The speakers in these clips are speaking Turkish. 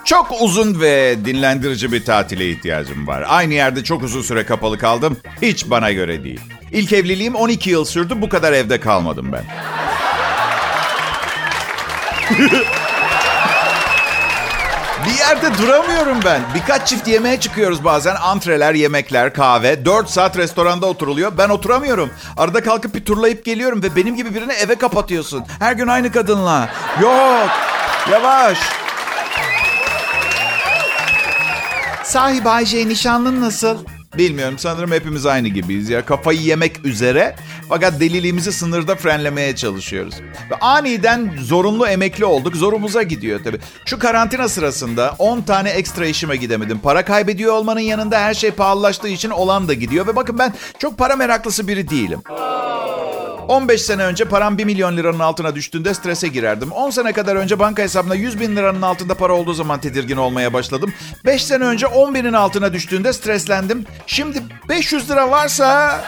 Çok uzun ve dinlendirici bir tatile ihtiyacım var. Aynı yerde çok uzun süre kapalı kaldım. Hiç bana göre değil. İlk evliliğim 12 yıl sürdü. Bu kadar evde kalmadım ben. Bir yerde duramıyorum ben. Birkaç çift yemeğe çıkıyoruz bazen. Antreler, yemekler, kahve. 4 saat restoranda oturuluyor. Ben oturamıyorum. Arada kalkıp bir turlayıp geliyorum ve benim gibi birini eve kapatıyorsun. Her gün aynı kadınla. Yok. Yavaş. Sahi Bayce, nişanlın nasıl? Bilmiyorum, sanırım hepimiz aynı gibiyiz ya. Kafayı yemek üzere fakat deliliğimizi sınırda frenlemeye çalışıyoruz. Ve aniden zorunlu emekli olduk. Zorumuza gidiyor tabii. Şu karantina sırasında 10 tane ekstra işime gidemedim. Para kaybediyor olmanın yanında her şey pahalılaştığı için olan da gidiyor. Ve bakın, ben çok para meraklısı biri değilim. 15 sene önce param 1 milyon liranın altına düştüğünde strese girerdim. 10 sene kadar önce banka hesabımda 100 bin liranın altında para olduğu zaman tedirgin olmaya başladım. 5 sene önce 10 binin altına düştüğünde streslendim. Şimdi 500 lira varsa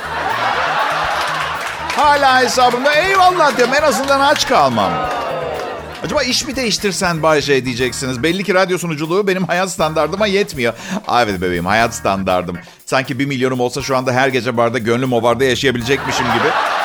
hala hesabımda eyvallah diyorum, en azından aç kalmam. Acaba iş mi değiştirsen Bayce diyeceksiniz. Belli ki radyo sunuculuğu benim hayat standardıma yetmiyor. Evet bebeğim, hayat standardım. Sanki 1 milyonum olsa şu anda her gece barda, gönlüm o barda yaşayabilecekmişim gibi.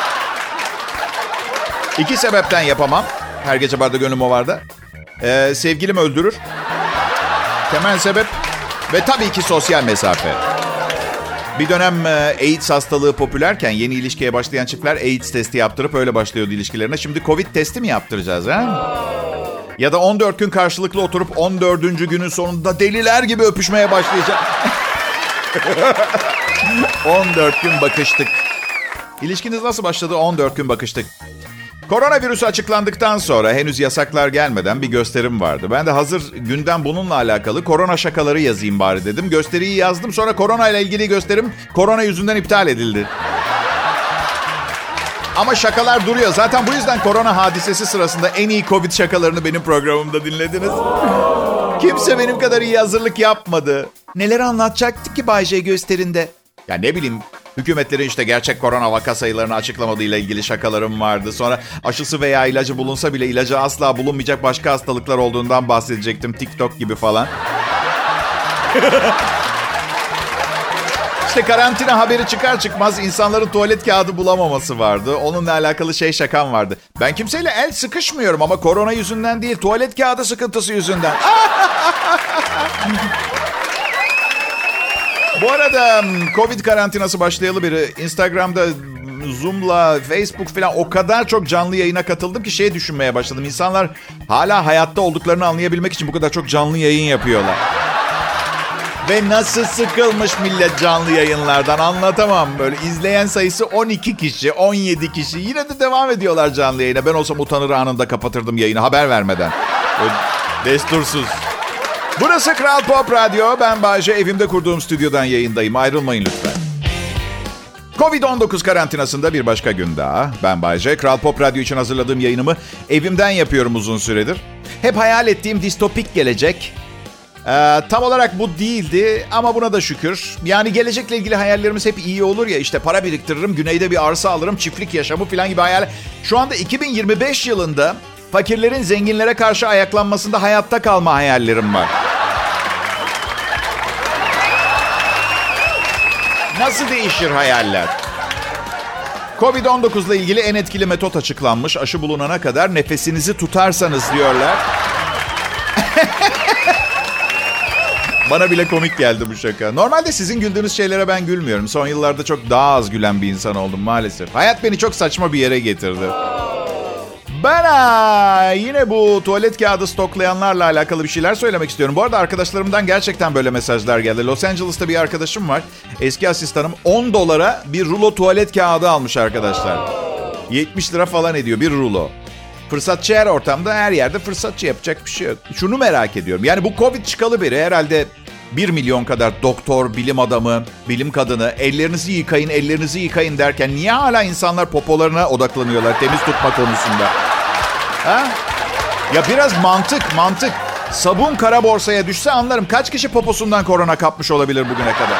2 sebepten yapamam. Her gece barda, gönlüm o barda. Sevgilim öldürür. Temel sebep. Ve tabii ki sosyal mesafe. Bir dönem AIDS hastalığı popülerken yeni ilişkiye başlayan çiftler AIDS testi yaptırıp öyle başlıyordu ilişkilerine. Şimdi Covid testi mi yaptıracağız ha? Ya da 14 gün karşılıklı oturup 14. günün sonunda deliler gibi öpüşmeye başlayacağız. 14 gün bakıştık. İlişkiniz nasıl başladı? 14 gün bakıştık. Koronavirüsü açıklandıktan sonra henüz yasaklar gelmeden bir gösterim vardı. Ben de hazır gündem bununla alakalı korona şakaları yazayım bari dedim. Gösteriyi yazdım, sonra korona ile ilgili gösterim korona yüzünden iptal edildi. Ama şakalar duruyor. Zaten bu yüzden korona hadisesi sırasında en iyi Covid şakalarını benim programımda dinlediniz. Kimse benim kadar iyi hazırlık yapmadı. Neler anlatacaktık ki Bay J gösterinde? Ya ne bileyim, hükümetlerin işte gerçek korona vaka sayılarını açıklamadığıyla ilgili şakalarım vardı. Sonra aşısı veya ilacı bulunsa bile ilacı asla bulunmayacak başka hastalıklar olduğundan bahsedecektim. TikTok gibi falan. İşte karantina haberi çıkar çıkmaz insanların tuvalet kağıdı bulamaması vardı. Onunla alakalı şakam vardı. Ben kimseyle el sıkışmıyorum ama korona yüzünden değil, tuvalet kağıdı sıkıntısı yüzünden. Bu arada Covid karantinası başlayalı beri Instagram'da, Zoom'la, Facebook falan o kadar çok canlı yayına katıldım ki düşünmeye başladım. İnsanlar hala hayatta olduklarını anlayabilmek için bu kadar çok canlı yayın yapıyorlar. Ve nasıl sıkılmış millet canlı yayınlardan, anlatamam. Böyle izleyen sayısı 12 kişi, 17 kişi. Yine de devam ediyorlar canlı yayına. Ben olsam utanır anında kapatırdım yayını haber vermeden. Böyle destursuz. Burası Kral Pop Radyo. Ben Bayce, evimde kurduğum stüdyodan yayındayım. Ayrılmayın lütfen. Covid-19 karantinasında bir başka gün daha. Ben Bayce, Kral Pop Radyo için hazırladığım yayınımı evimden yapıyorum uzun süredir. Hep hayal ettiğim distopik gelecek. Tam olarak bu değildi ama buna da şükür. Yani gelecekle ilgili hayallerimiz hep iyi olur ya. İşte para biriktiririm, güneyde bir arsa alırım, çiftlik yaşamı falan gibi hayal. Şu anda 2025 yılında fakirlerin zenginlere karşı ayaklanmasında hayatta kalma hayallerim var. Nasıl değişir hayaller? Covid-19 ile ilgili en etkili metot açıklanmış. Aşı bulunana kadar nefesinizi tutarsanız diyorlar. Bana bile komik geldi bu şaka. Normalde sizin güldüğünüz şeylere ben gülmüyorum. Son yıllarda çok daha az gülen bir insan oldum maalesef. Hayat beni çok saçma bir yere getirdi. Ben yine bu tuvalet kağıdı stoklayanlarla alakalı bir şeyler söylemek istiyorum. Bu arada arkadaşlarımdan gerçekten böyle mesajlar geldi. Los Angeles'ta bir arkadaşım var. Eski asistanım $10 bir rulo tuvalet kağıdı almış arkadaşlar. 70 lira falan ediyor bir rulo. Fırsatçı her ortamda, her yerde fırsatçı, yapacak bir şey yok. Şunu merak ediyorum. Yani bu Covid çıkalı beri herhalde 1 milyon kadar doktor, bilim adamı, bilim kadını ellerinizi yıkayın, ellerinizi yıkayın derken niye hala insanlar popolarına odaklanıyorlar temiz tutma konusunda? Ha? Ya biraz mantık. Sabun kara borsaya düşse anlarım. Kaç kişi poposundan korona kapmış olabilir bugüne kadar?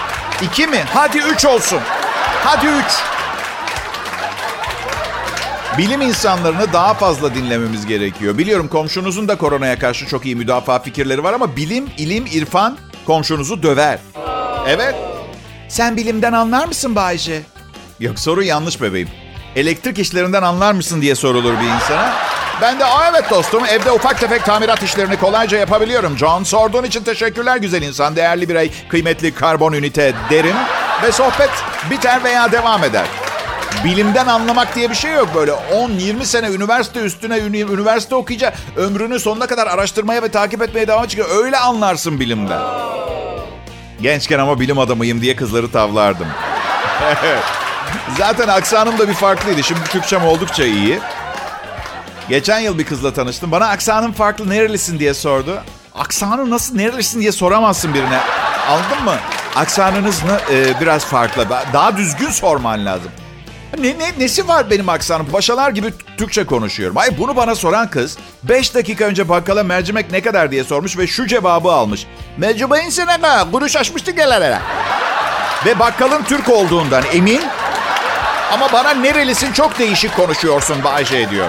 2 mi? Hadi 3 olsun. Hadi 3. Bilim insanlarını daha fazla dinlememiz gerekiyor. Biliyorum komşunuzun da koronaya karşı çok iyi müdafaa fikirleri var ama bilim, ilim, irfan komşunuzu döver. Evet. Sen bilimden anlar mısın Bayce? Yok, soru yanlış bebeğim. Elektrik işlerinden anlar mısın diye sorulur bir insana. Ben de evet dostum, evde ufak tefek tamirat işlerini kolayca yapabiliyorum. John, sorduğun için teşekkürler güzel insan. Değerli birey, kıymetli karbon ünite derim. Ve sohbet biter veya devam eder. Bilimden anlamak diye bir şey yok böyle. 10-20 sene üniversite üstüne üniversite okuyunca ömrünün sonuna kadar araştırmaya ve takip etmeye devam edecek. Öyle anlarsın bilimden. Gençken ama bilim adamıyım diye kızları tavlardım. Zaten aksanım da bir farklıydı. Şimdi Türkçem oldukça iyi. Geçen yıl bir kızla tanıştım. Bana aksanın farklı, nerelisin diye sordu. Aksanı nasıl, nerelisin diye soramazsın birine. Anladın mı? Aksanınız biraz farklı. Daha düzgün sorman lazım. Nesi var benim aksanım? Paşalar gibi Türkçe konuşuyorum. Ay, bunu bana soran kız 5 dakika önce bakkala mercimek ne kadar diye sormuş ve şu cevabı almış. Mercimeğin ne kadar? Kuruş açmıştı gelelere. Ve bakkalın Türk olduğundan emin. Ama bana nerelisin çok değişik konuşuyorsun Bayce diyor.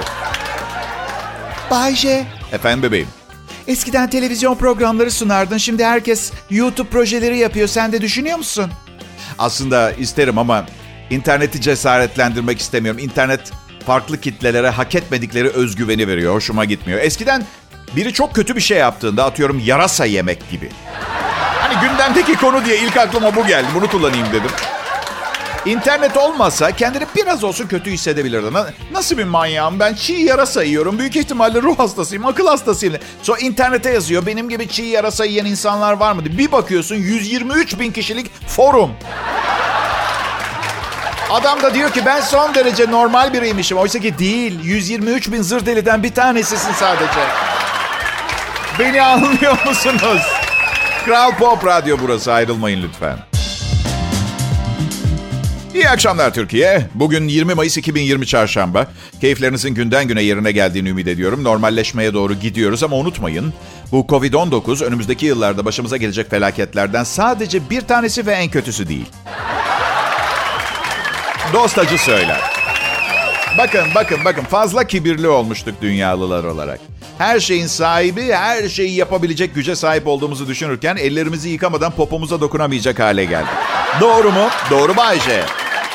Bayce. Efendim bebeğim. Eskiden televizyon programları sunardın. Şimdi herkes YouTube projeleri yapıyor. Sen de düşünüyor musun? Aslında isterim ama interneti cesaretlendirmek istemiyorum. İnternet farklı kitlelere hak etmedikleri özgüveni veriyor. Hoşuma gitmiyor. Eskiden biri çok kötü bir şey yaptığında, atıyorum yarasa yemek gibi. Hani gündemdeki konu diye ilk aklıma bu geldi. Bunu kullanayım dedim. İnternet olmasa kendini biraz olsun kötü hissedebilirdin. Nasıl bir manyağım ben, çiğ yarasa yiyorum. Büyük ihtimalle ruh hastasıyım, akıl hastasıyım. Sonra internete yazıyor, benim gibi çiğ yarasa yiyen insanlar var mı diye. Bir bakıyorsun 123 bin kişilik forum. Adam da diyor ki ben son derece normal biriymişim. Oysa ki değil. 123 bin zır deliden bir tanesisin sadece. Beni anlıyor musunuz? Kral Pop Radyo burası. Ayrılmayın lütfen. İyi akşamlar Türkiye. Bugün 20 Mayıs 2020 Çarşamba. Keyiflerinizin günden güne yerine geldiğini ümit ediyorum. Normalleşmeye doğru gidiyoruz ama unutmayın. Bu Covid-19 önümüzdeki yıllarda başımıza gelecek felaketlerden sadece bir tanesi ve en kötüsü değil. Dost acı söyler. Bakın fazla kibirli olmuştuk dünyalılar olarak. Her şeyin sahibi, her şeyi yapabilecek güce sahip olduğumuzu düşünürken ellerimizi yıkamadan popomuza dokunamayacak hale geldik. Doğru mu? Doğru Bayce.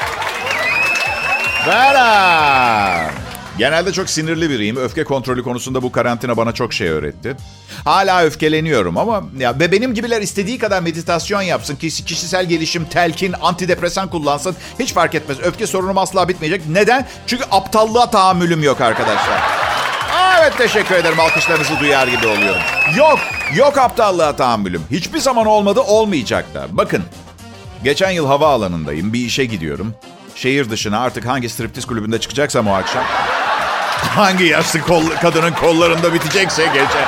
Beram. Genelde çok sinirli biriyim. Öfke kontrolü konusunda bu karantina bana çok şey öğretti. Hala öfkeleniyorum ama ya benim gibiler istediği kadar meditasyon yapsın, kişisel gelişim, telkin, antidepresan kullansın. Hiç fark etmez. Öfke sorunum asla bitmeyecek. Neden? Çünkü aptallığa tahammülüm yok arkadaşlar. Evet, teşekkür ederim. Alkışlarınızı duyar gibi oluyorum. Yok aptallığa tahammülüm. Hiçbir zaman olmadı, olmayacak da. Bakın, geçen yıl havaalanındayım. Bir işe gidiyorum. Şehir dışına, artık hangi striptiz kulübünde çıkacaksam o akşam. Hangi yaşlı kadının kollarında bitecekse gece.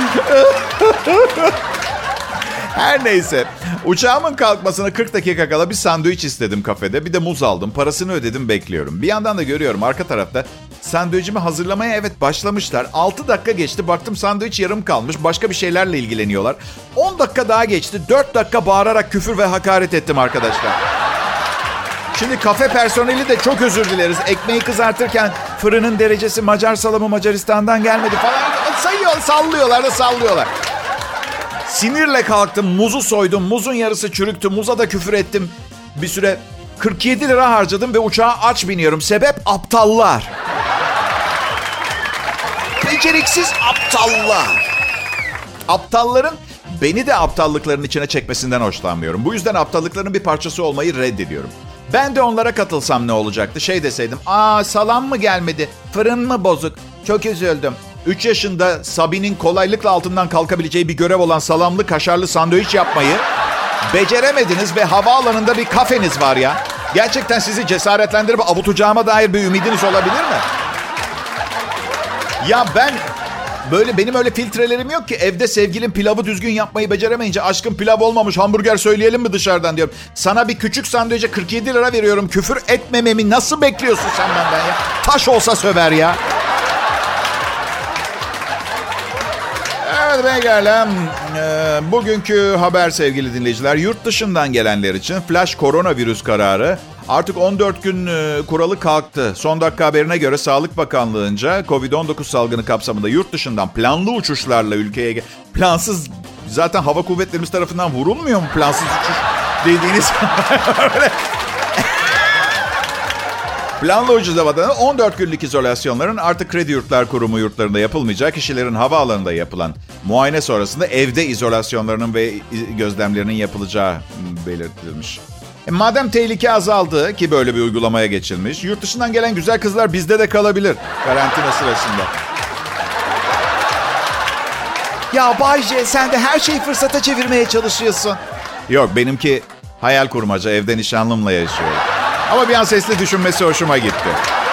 Her neyse. Uçağımın kalkmasına 40 dakika kala bir sandviç istedim kafede. Bir de muz aldım. Parasını ödedim, bekliyorum. Bir yandan da görüyorum arka tarafta sandviçimi hazırlamaya evet başlamışlar. 6 dakika geçti. Baktım sandviç yarım kalmış. Başka bir şeylerle ilgileniyorlar. 10 dakika daha geçti. 4 dakika bağırarak küfür ve hakaret ettim arkadaşlar. Şimdi kafe personeli de çok özür dileriz. Ekmeği kızartırken fırının derecesi Macar salamı Macaristan'dan gelmedi falan. Sallıyorlar. Sinirle kalktım, muzu soydum. Muzun yarısı çürüktü. Muza da küfür ettim. Bir süre 47 lira harcadım ve uçağa aç biniyorum. Sebep aptallar. Beceriksiz aptallar. Aptalların beni de aptallıkların içine çekmesinden hoşlanmıyorum. Bu yüzden aptallıkların bir parçası olmayı reddediyorum. Ben de onlara katılsam ne olacaktı? Deseydim, salam mı gelmedi? Fırın mı bozuk? Çok üzüldüm. 3 yaşında Sabi'nin kolaylıkla altından kalkabileceği bir görev olan salamlı kaşarlı sandviç yapmayı beceremediniz ve havaalanında bir kafeniz var ya. Gerçekten sizi cesaretlendirip avutacağıma dair bir ümidiniz olabilir mi? Ya benim öyle filtrelerim yok ki. Evde sevgilim pilavı düzgün yapmayı beceremeyince aşkım pilav olmamış, hamburger söyleyelim mi dışarıdan diyorum. Sana bir küçük sandviçe 47 lira veriyorum. Küfür etmememi nasıl bekliyorsun sen benden ya? Taş olsa söver ya. Evet pekala. Bugünkü haber sevgili dinleyiciler. Yurt dışından gelenler için flash koronavirüs kararı Artık 14 gün kuralı kalktı. Son dakika haberine göre Sağlık Bakanlığı'nca COVID-19 salgını kapsamında yurt dışından planlı uçuşlarla ülkeye... Plansız, zaten hava kuvvetlerimiz tarafından vurulmuyor mu plansız uçuş dediğiniz? Planlı ucuz havadan 14 günlük izolasyonların artık Kredi Yurtlar Kurumu yurtlarında yapılmayacağı, kişilerin havaalanında yapılan muayene sonrasında evde izolasyonlarının ve gözlemlerinin yapılacağı belirtilmiş. Madem tehlike azaldı ki böyle bir uygulamaya geçilmiş, yurt dışından gelen güzel kızlar bizde de kalabilir karantina sırasında. Ya Bayce, sen de her şeyi fırsata çevirmeye çalışıyorsun. Yok, benimki hayal kurmaca, evde nişanlımla yaşıyorum. Ama bir an sesli düşünmesi hoşuma gitti.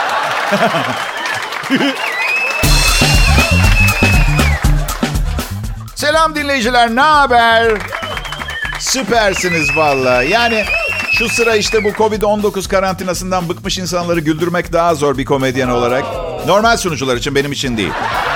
Selam dinleyiciler, ne haber? Süpersiniz valla. Yani şu sıra işte bu Covid-19 karantinasından bıkmış insanları güldürmek daha zor bir komedyen olarak. Normal sunucular için, benim için değil.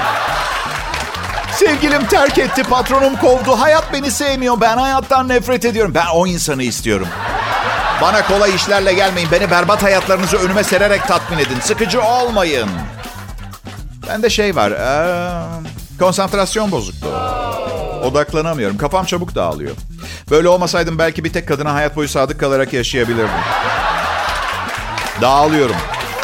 Sevgilim terk etti, patronum kovdu, hayat beni sevmiyor, ben hayattan nefret ediyorum. Ben o insanı istiyorum. Bana kolay işlerle gelmeyin. Beni berbat hayatlarınızı önüme sererek tatmin edin. Sıkıcı olmayın. Bende şey var. Konsantrasyon bozukluğu. Odaklanamıyorum. Kafam çabuk dağılıyor. Böyle olmasaydım belki bir tek kadına hayat boyu sadık kalarak yaşayabilirdim. Dağılıyorum.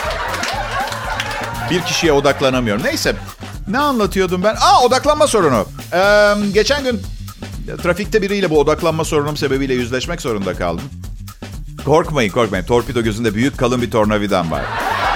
Bir kişiye odaklanamıyorum. Neyse. Ne anlatıyordum ben? Odaklanma sorunu. Geçen gün trafikte biriyle bu odaklanma sorunum sebebiyle yüzleşmek zorunda kaldım. Korkmayın. Torpido gözünde büyük kalın bir tornavidam var.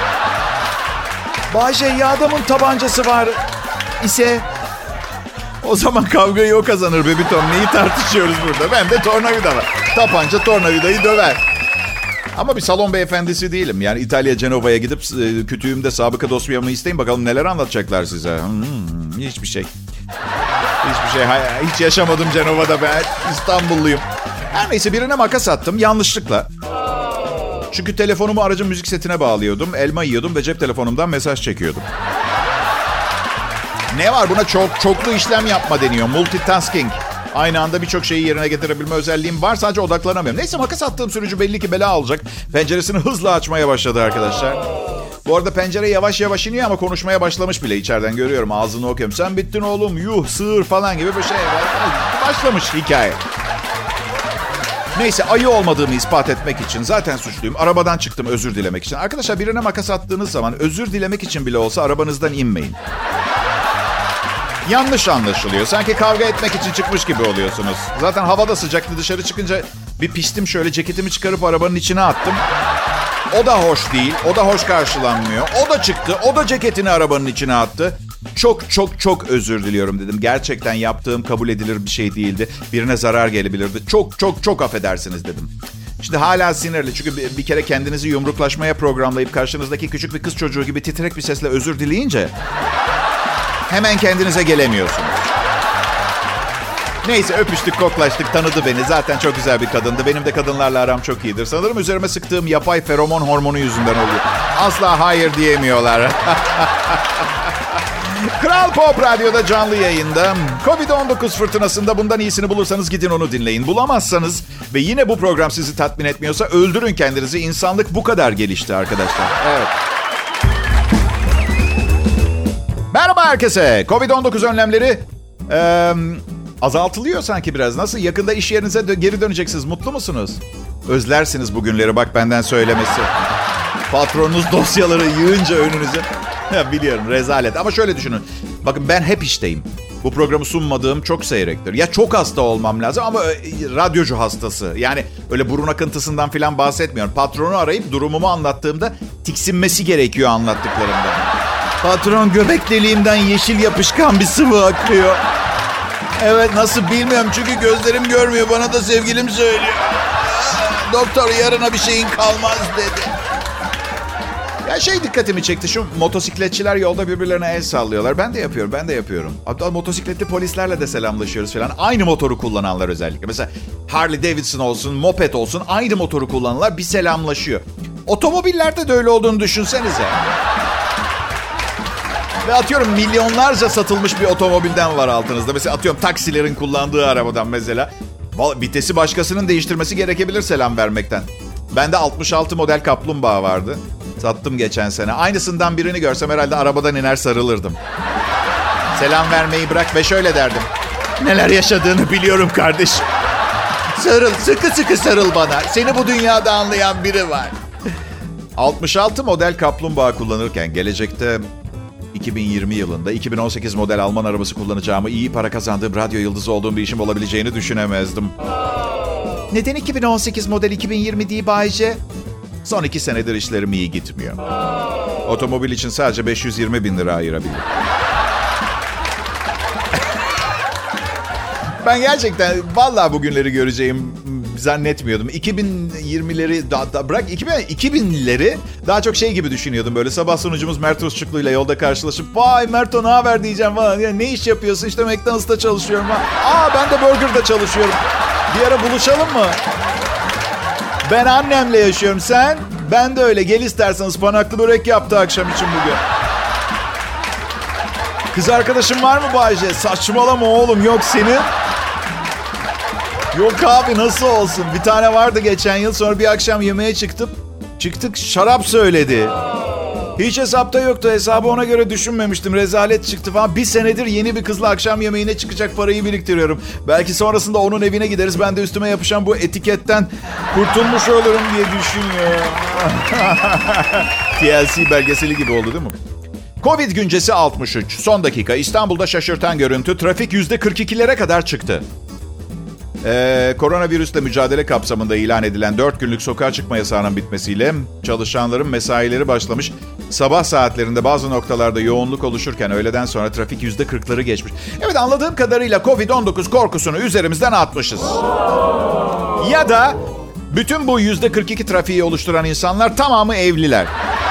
Bayce, ya adamın tabancası var ise... O zaman kavgayı o kazanır Bebitom. Neyi tartışıyoruz burada? Ben de tornavida var. Tabanca tornavidayı döver. Ama bir salon beyefendisi değilim. Yani İtalya Cenova'ya gidip kütüğümde sabıka dosyamı isteyin. Bakalım neler anlatacaklar size. Hiçbir şey. Hiç yaşamadım Cenova'da ben. İstanbulluyum. Her neyse, birine makas attım yanlışlıkla. Çünkü telefonumu aracın müzik setine bağlıyordum. Elma yiyordum ve cep telefonumdan mesaj çekiyordum. Ne var buna? Çoklu işlem yapma deniyor. Multitasking. Aynı anda birçok şeyi yerine getirebilme özelliğim var. Sadece odaklanamıyorum. Neyse, makas attığım sürücü belli ki bela alacak. Penceresini hızla açmaya başladı arkadaşlar. Bu arada pencere yavaş yavaş iniyor ama konuşmaya başlamış bile. İçeriden görüyorum. Ağzını okuyorum. Sen bittin oğlum. Yuh, sığır falan gibi bir şey. Başlamış hikaye. Neyse, ayı olmadığımı ispat etmek için, zaten suçluyum, arabadan çıktım özür dilemek için. Arkadaşlar, birine makas attığınız zaman özür dilemek için bile olsa arabanızdan inmeyin. Yanlış anlaşılıyor. Sanki kavga etmek için çıkmış gibi oluyorsunuz. Zaten havada sıcaktı, dışarı çıkınca bir piştim, şöyle ceketimi çıkarıp arabanın içine attım. O da hoş değil, o da hoş karşılanmıyor. O da çıktı, o da ceketini arabanın içine attı. Çok özür diliyorum dedim. Gerçekten yaptığım kabul edilir bir şey değildi. Birine zarar gelebilirdi. Çok affedersiniz dedim. Şimdi hala sinirli çünkü bir kere kendinizi yumruklaşmaya programlayıp karşınızdaki küçük bir kız çocuğu gibi titrek bir sesle özür dileyince hemen kendinize gelemiyorsunuz. Neyse, öpüştük, koklaştık, tanıdı beni. Zaten çok güzel bir kadındı. Benim de kadınlarla aram çok iyidir. Sanırım üzerime sıktığım yapay feromon hormonu yüzünden oluyor. Asla hayır diyemiyorlar. Kral Pop Radyo'da canlı yayında. Covid-19 fırtınasında bundan iyisini bulursanız gidin onu dinleyin. Bulamazsanız ve yine bu program sizi tatmin etmiyorsa öldürün kendinizi. İnsanlık bu kadar gelişti arkadaşlar. Evet. Merhaba herkese. Covid-19 önlemleri azaltılıyor sanki biraz. Nasıl? Yakında iş yerinize geri döneceksiniz. Mutlu musunuz? Özlersiniz bu günleri, bak benden söylemesi. Patronunuz dosyaları yığınca önünüze. Ya biliyorum, rezalet. Ama şöyle düşünün. Bakın, ben hep işteyim. Bu programı sunmadığım çok seyrektir. Ya çok hasta olmam lazım ama radyocu hastası. Yani öyle burun akıntısından falan bahsetmiyorum. Patronu arayıp durumumu anlattığımda tiksinmesi gerekiyor anlattıklarımdan. Patron, göbek deliğimden yeşil yapışkan bir sıvı akıyor. Evet, nasıl bilmiyorum çünkü gözlerim görmüyor. Bana da sevgilim söylüyor. Doktor, yarına bir şeyin kalmaz dedi. Ya dikkatimi çekti. Şu motosikletçiler yolda birbirlerine el sallıyorlar. Ben de yapıyorum. Hatta motosikletli polislerle de selamlaşıyoruz falan. Aynı motoru kullananlar özellikle. Mesela Harley Davidson olsun, moped olsun, aynı motoru kullananlar bir selamlaşıyor. Otomobillerde de öyle olduğunu düşünsenize. Ve atıyorum milyonlarca satılmış bir otomobilden var altınızda. Mesela atıyorum taksilerin kullandığı arabadan mesela. Vitesi başkasının değiştirmesi gerekebilir selam vermekten. Bende 66 model kaplumbağa vardı. Sattım geçen sene. Aynısından birini görsem herhalde arabadan iner sarılırdım. Selam vermeyi bırak ve şöyle derdim. Neler yaşadığını biliyorum kardeşim. Sarıl, sıkı sıkı sarıl bana. Seni bu dünyada anlayan biri var. 66 model kaplumbağa kullanırken gelecekte 2020 yılında 2018 model Alman arabası kullanacağımı, iyi para kazandığım, radyo yıldızı olduğum bir işim olabileceğini düşünemezdim. Neden 2018 model 2020 değil Bayce? Son 2 senedir işlerim iyi gitmiyor. Otomobil için sadece 520 bin lira ayırabildim. Ben gerçekten vallahi bugünleri göreceğim zannetmiyordum. 2020'leri bırak 2000'leri daha çok şey gibi düşünüyordum. Böyle sabah sunucumuz Mert Rusçuklu ile yolda karşılaşıp vay Merto ne haber diyeceğim falan. Ya, ne iş yapıyorsun? İşte McDonald's'ta çalışıyorum. Ben de Burger'da çalışıyorum. Bir ara buluşalım mı? Ben annemle yaşıyorum. Sen? Ben de öyle. Gel istersen, ıspanaklı börek yaptı akşam için bugün. Kız arkadaşın var mı Bayce? Saçmalama oğlum, yok senin. Yok abi, nasıl olsun? Bir tane vardı geçen yıl, sonra bir akşam yemeğe çıktık şarap söyledi. Hiç hesapta yoktu, hesabı ona göre düşünmemiştim, rezalet çıktı falan. Bir senedir yeni bir kızla akşam yemeğine çıkacak parayı biriktiriyorum. Belki sonrasında onun evine gideriz, ben de üstüme yapışan bu etiketten kurtulmuş olurum diye düşünüyorum. TLC belgeseli gibi oldu değil mi? Covid güncesi 63. Son dakika İstanbul'da şaşırtan görüntü. Trafik %42'lere kadar çıktı. Koronavirüsle mücadele kapsamında ilan edilen 4 günlük sokağa çıkma yasağının bitmesiyle çalışanların mesaileri başlamış. Sabah saatlerinde bazı noktalarda yoğunluk oluşurken öğleden sonra trafik %40'ları geçmiş. Evet, anladığım kadarıyla Covid-19 korkusunu üzerimizden atmışız. Ya da bütün bu %42 trafiği oluşturan insanlar tamamı evliler.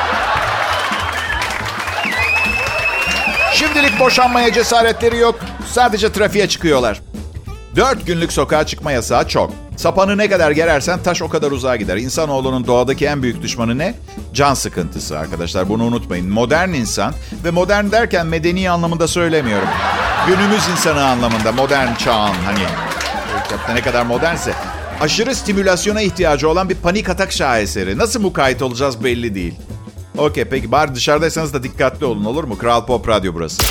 Şimdilik boşanmaya cesaretleri yok. Sadece trafiğe çıkıyorlar. 4 günlük sokağa çıkma yasağı çok. Sapanı ne kadar gerersen taş o kadar uzağa gider. İnsanoğlunun doğadaki en büyük düşmanı ne? Can sıkıntısı arkadaşlar. Bunu unutmayın. Modern insan, ve modern derken medeni anlamında söylemiyorum. Günümüz insanı anlamında, modern çağın ne kadar modernse. Aşırı stimülasyona ihtiyacı olan bir panik atak şaheseri. Nasıl mukayyet olacağız belli değil. Okey, peki bari dışarıdaysanız da dikkatli olun, olur mu? Kral Pop Radyo burası.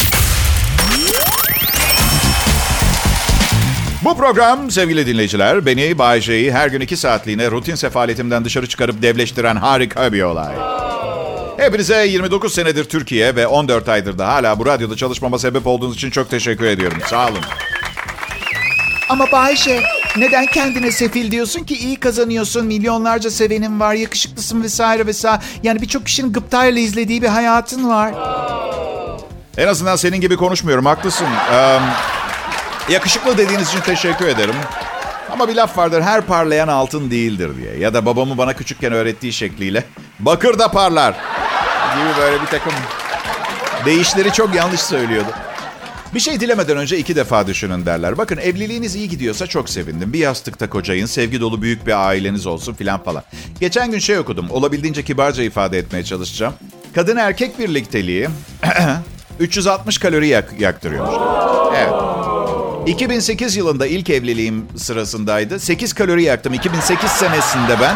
Bu program sevgili dinleyiciler, beni Bay J'yi her gün 2 saatliğine rutin sefaletimden dışarı çıkarıp devleştiren harika bir olay. Hepinize 29 senedir Türkiye ve 14 aydır da hala bu radyoda çalışmama sebep olduğunuz için çok teşekkür ediyorum. Sağ olun. Ama Bay J, neden kendine sefil diyorsun ki? İyi kazanıyorsun, milyonlarca sevenin var, yakışıklısın vesaire vesaire. Yani birçok kişinin gıptayla izlediği bir hayatın var. En azından senin gibi konuşmuyorum, haklısın. Yakışıklı dediğiniz için teşekkür ederim. Ama bir laf vardır, her parlayan altın değildir diye. Ya da babamın bana küçükken öğrettiği şekliyle bakır da parlar gibi böyle bir takım deyişleri çok yanlış söylüyordu. Bir şey dilemeden önce 2 defa düşünün derler. Bakın, evliliğiniz iyi gidiyorsa çok sevindim. Bir yastıkta kocayın, sevgi dolu büyük bir aileniz olsun filan falan. Geçen gün şey okudum, olabildiğince kibarca ifade etmeye çalışacağım. Kadın erkek birlikteliği 360 kalori yaktırıyormuş. Evet. 2008 yılında ilk evliliğim sırasındaydı. 8 kalori yaktım 2008 senesinde ben.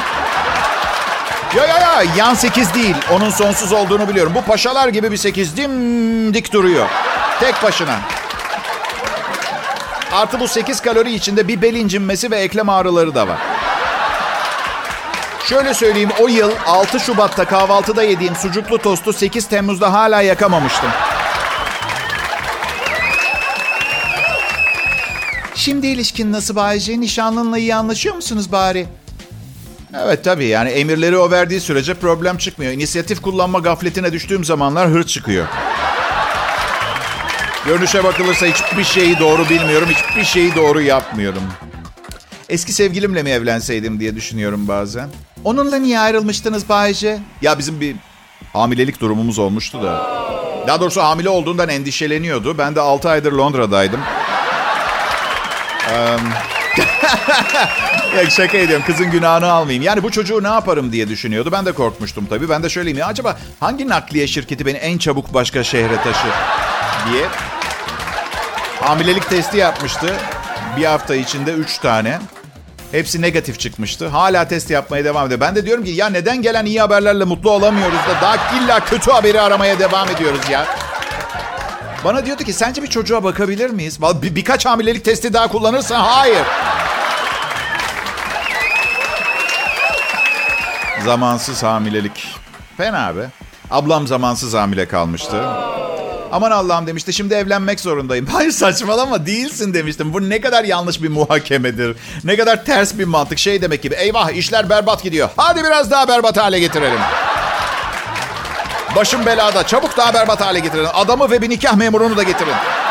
Ya yan 8 değil. Onun sonsuz olduğunu biliyorum. Bu paşalar gibi bir 8 dimdik duruyor. Tek başına. Artı bu 8 kalori içinde bir bel incinmesi ve eklem ağrıları da var. Şöyle söyleyeyim, o yıl 6 Şubat'ta kahvaltıda yediğim sucuklu tostu 8 Temmuz'da hala yakamamıştım. Şimdi ilişkin nasıl Bayce? Nişanlınla iyi anlaşıyor musunuz bari? Evet tabii, yani emirleri o verdiği sürece problem çıkmıyor. İnisiyatif kullanma gafletine düştüğüm zamanlar hır çıkıyor. Görünüşe bakılırsa hiçbir şeyi doğru bilmiyorum, hiçbir şeyi doğru yapmıyorum. Eski sevgilimle mi evlenseydim diye düşünüyorum bazen. Onunla niye ayrılmıştınız Bayce? Ya bizim bir hamilelik durumumuz olmuştu da. Daha doğrusu hamile olduğundan endişeleniyordu. Ben de 6 aydır Londra'daydım. Ya şaka ediyorum, kızın günahını almayayım. Yani bu çocuğu ne yaparım diye düşünüyordu. Ben de korkmuştum tabii. Ben de şöyleyim ya, acaba hangi nakliye şirketi beni en çabuk başka şehre taşır diye. Hamilelik testi yapmıştı. Bir hafta içinde 3 tane. Hepsi negatif çıkmıştı. Hala test yapmaya devam ediyor. Ben de diyorum ki ya neden gelen iyi haberlerle mutlu olamıyoruz da daha illa kötü haberi aramaya devam ediyoruz ya. Bana diyordu ki sence bir çocuğa bakabilir miyiz? Birkaç hamilelik testi daha kullanırsan hayır. Zamansız hamilelik. Fena be. Ablam zamansız hamile kalmıştı. Aman Allah'ım demişti, şimdi evlenmek zorundayım. Hayır saçmalama, değilsin demiştim. Bu ne kadar yanlış bir muhakemedir. Ne kadar ters bir mantık. Şey demek gibi, eyvah işler berbat gidiyor. Hadi biraz daha berbat hale getirelim. Başım belada, çabuk daha berbat hale getirin. Adamı ve bir nikah memurunu da getirin.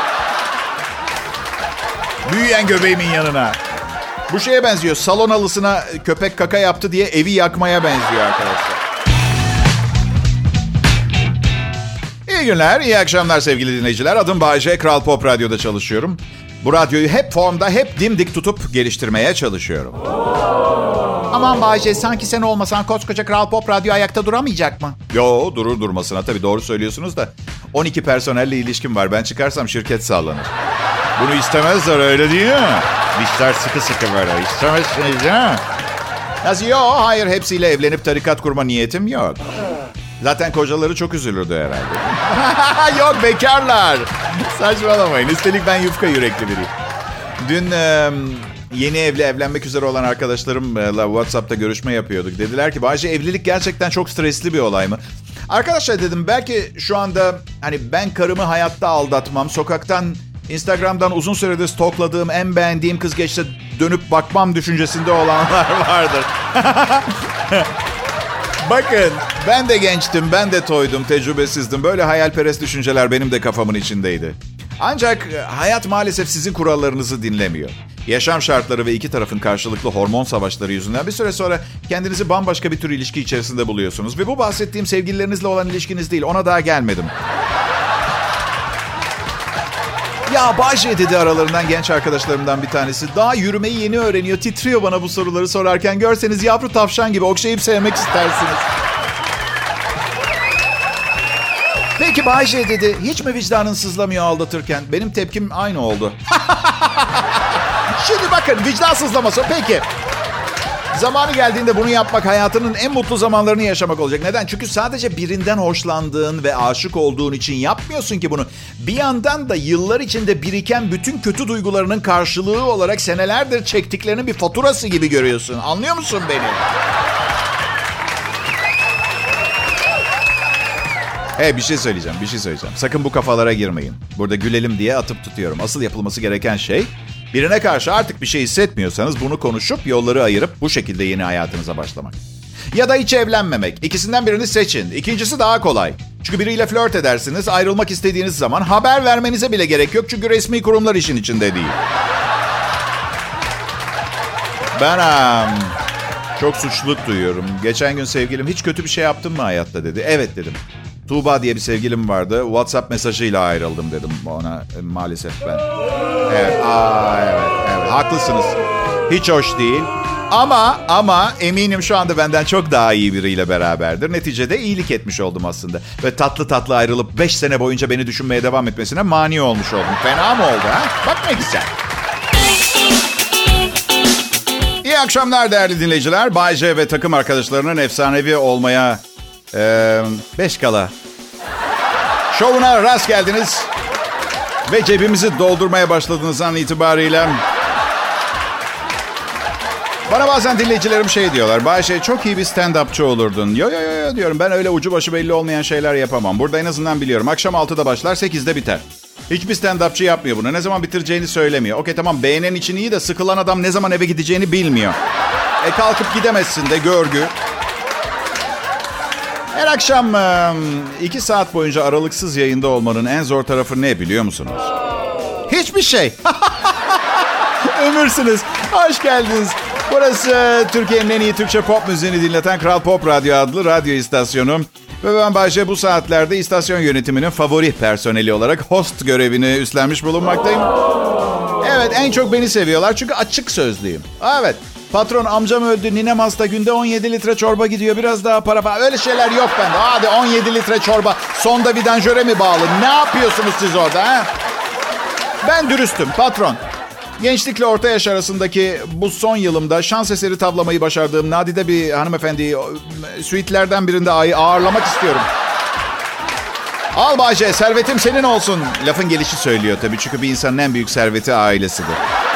Büyüyen göbeğimin yanına. Bu şeye benziyor, salon halısına köpek kaka yaptı diye evi yakmaya benziyor arkadaşlar. İyi günler, iyi akşamlar sevgili dinleyiciler. Adım Bayece, Kral Pop Radyo'da çalışıyorum. Bu radyoyu hep formda, hep dimdik tutup geliştirmeye çalışıyorum. Aman Bayece, sanki sen olmasan koskoca Kral Pop Radyo ayakta duramayacak mı? Yo, durur durmasına tabii, doğru söylüyorsunuz da. 12 personelle ilişkim var, ben çıkarsam şirket sallanır. Bunu istemezler, öyle değil mi? Dişler sıkı sıkı böyle, istemezsiniz değil mi? Nasıl? Yo, hayır, hepsiyle evlenip tarikat kurma niyetim yok. Zaten kocaları çok üzülürdü herhalde. Yok, bekarlar. Saçmalamayın. Üstelik ben yufka yürekli biriyim. Dün yeni evlenmek üzere olan arkadaşlarımla WhatsApp'ta görüşme yapıyorduk. Dediler ki Bayce, evlilik gerçekten çok stresli bir olay mı? Arkadaşlar dedim, belki şu anda hani ben karımı hayatta aldatmam. Sokaktan, Instagram'dan uzun süredir stalkladığım, en beğendiğim kız geçse dönüp bakmam düşüncesinde olanlar vardır. Bakın, ben de gençtim, ben de toydum, tecrübesizdim. Böyle hayalperest düşünceler benim de kafamın içindeydi. Ancak hayat maalesef sizin kurallarınızı dinlemiyor. Yaşam şartları ve iki tarafın karşılıklı hormon savaşları yüzünden bir süre sonra kendinizi bambaşka bir tür ilişki içerisinde buluyorsunuz. Ve bu bahsettiğim sevgililerinizle olan ilişkiniz değil, ona daha gelmedim. Ya Bayce dedi aralarından genç arkadaşlarımdan bir tanesi. Daha yürümeyi yeni öğreniyor, titriyor bana bu soruları sorarken. Görseniz yavru tavşan gibi okşayıp sevmek istersiniz. Peki Bayce dedi, hiç mi vicdanın sızlamıyor aldatırken? Benim tepkim aynı oldu. Şimdi bakın, vicdan sızlaması peki. Zamanı geldiğinde bunu yapmak hayatının en mutlu zamanlarını yaşamak olacak. Neden? Çünkü sadece birinden hoşlandığın ve aşık olduğun için yapmıyorsun ki bunu. Bir yandan da yıllar içinde biriken bütün kötü duygularının karşılığı olarak senelerdir çektiklerinin bir faturası gibi görüyorsun. Anlıyor musun beni? Bir şey söyleyeceğim. Sakın bu kafalara girmeyin. Burada gülelim diye atıp tutuyorum. Asıl yapılması gereken şey, birine karşı artık bir şey hissetmiyorsanız bunu konuşup yolları ayırıp bu şekilde yeni hayatınıza başlamak. Ya da hiç evlenmemek. İkisinden birini seçin. İkincisi daha kolay. Çünkü biriyle flört edersiniz. Ayrılmak istediğiniz zaman haber vermenize bile gerek yok. Çünkü resmi kurumlar işin içinde değil. Ben çok suçluluk duyuyorum. Geçen gün sevgilim, hiç kötü bir şey yaptın mı hayatta dedi. Evet dedim. Tuğba diye bir sevgilim vardı. WhatsApp mesajıyla ayrıldım dedim ona, maalesef ben. Evet, evet. Haklısınız. Hiç hoş değil. Ama eminim şu anda benden çok daha iyi biriyle beraberdir. Neticede iyilik etmiş oldum aslında. Ve tatlı tatlı ayrılıp 5 sene boyunca beni düşünmeye devam etmesine mani olmuş oldum. Fena mı oldu ha? Bak ne güzel. İyi akşamlar değerli dinleyiciler. Bay J ve takım arkadaşlarının efsanevi olmaya 5 kala şovuna rast geldiniz. Ve cebimizi doldurmaya başladığınız an itibariyle bana bazen dinleyicilerim şey diyorlar. Bayşe, çok iyi bir stand-upçı olurdun. Yo diyorum, ben öyle ucu başı belli olmayan şeyler yapamam. Burada en azından biliyorum. Akşam 6'da başlar, 8'de biter. Hiçbir stand-upçı yapmıyor bunu. Ne zaman bitireceğini söylemiyor. Okey tamam, beğenen için iyi de sıkılan adam ne zaman eve gideceğini bilmiyor. Kalkıp gidemezsin de görgü. Her akşam 2 saat boyunca aralıksız yayında olmanın en zor tarafı ne biliyor musunuz? Hiçbir şey. Ömürsünüz. Hoş geldiniz. Burası Türkiye'nin en iyi Türkçe pop müziğini dinleten Kral Pop Radyo adlı radyo istasyonu. Ve ben Bayce bu saatlerde istasyon yönetiminin favori personeli olarak host görevini üstlenmiş bulunmaktayım. Evet, en çok beni seviyorlar çünkü açık sözlüyüm. Evet. Patron, amcam öldü, ninem hasta, günde 17 litre çorba gidiyor, biraz daha para falan. Öyle şeyler yok bende. Hadi 17 litre çorba. Sonda vidanjöre mi bağlı? Ne yapıyorsunuz siz orada ha? Ben dürüstüm patron. Gençlikle orta yaş arasındaki bu son yılımda şans eseri tavlamayı başardığım nadide bir hanımefendiyi suite'lerden birinde ağırlamak istiyorum. Al Bayce, servetim senin olsun. Lafın gelişi söylüyor tabii, çünkü bir insanın en büyük serveti ailesidir.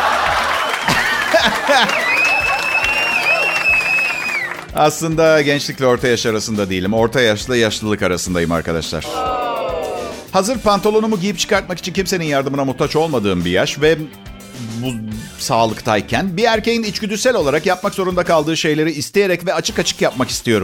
Aslında gençlikle orta yaş arasında değilim. Orta yaşla yaşlılık arasındayım arkadaşlar. Hazır pantolonumu giyip çıkartmak için kimsenin yardımına muhtaç olmadığım bir yaş ve bu sağlıktayken bir erkeğin içgüdüsel olarak yapmak zorunda kaldığı şeyleri isteyerek ve açık açık yapmak istiyorum.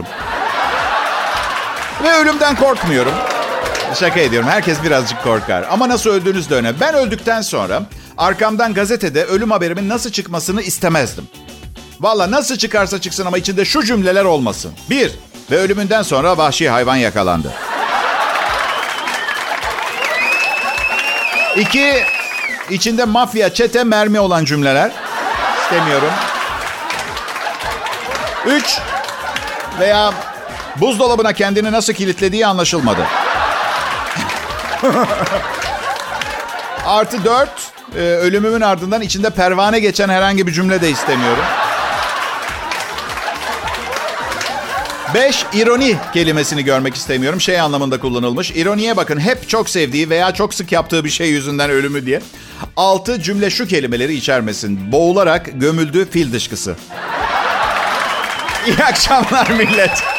Ve ölümden korkmuyorum. Şaka ediyorum. Herkes birazcık korkar. Ama nasıl öldüğünüz de önemli. Ben öldükten sonra arkamdan gazetede ölüm haberimin nasıl çıkmasını istemezdim. Valla nasıl çıkarsa çıksın ama içinde şu cümleler olmasın. 1. Ve ölümünden sonra vahşi hayvan yakalandı. 2. İçinde mafya, çete, mermi olan cümleler. İstemiyorum. 3. Veya buzdolabına kendini nasıl kilitlediği anlaşılmadı. Artı 4. Ölümümün ardından içinde pervane geçen herhangi bir cümle de istemiyorum. 5. İroni kelimesini görmek istemiyorum. Şey anlamında kullanılmış. İroniye bakın. Hep çok sevdiği veya çok sık yaptığı bir şey yüzünden ölümü diye. 6. Cümle şu kelimeleri içermesin. Boğularak gömüldü fil dışkısı. İyi akşamlar millet.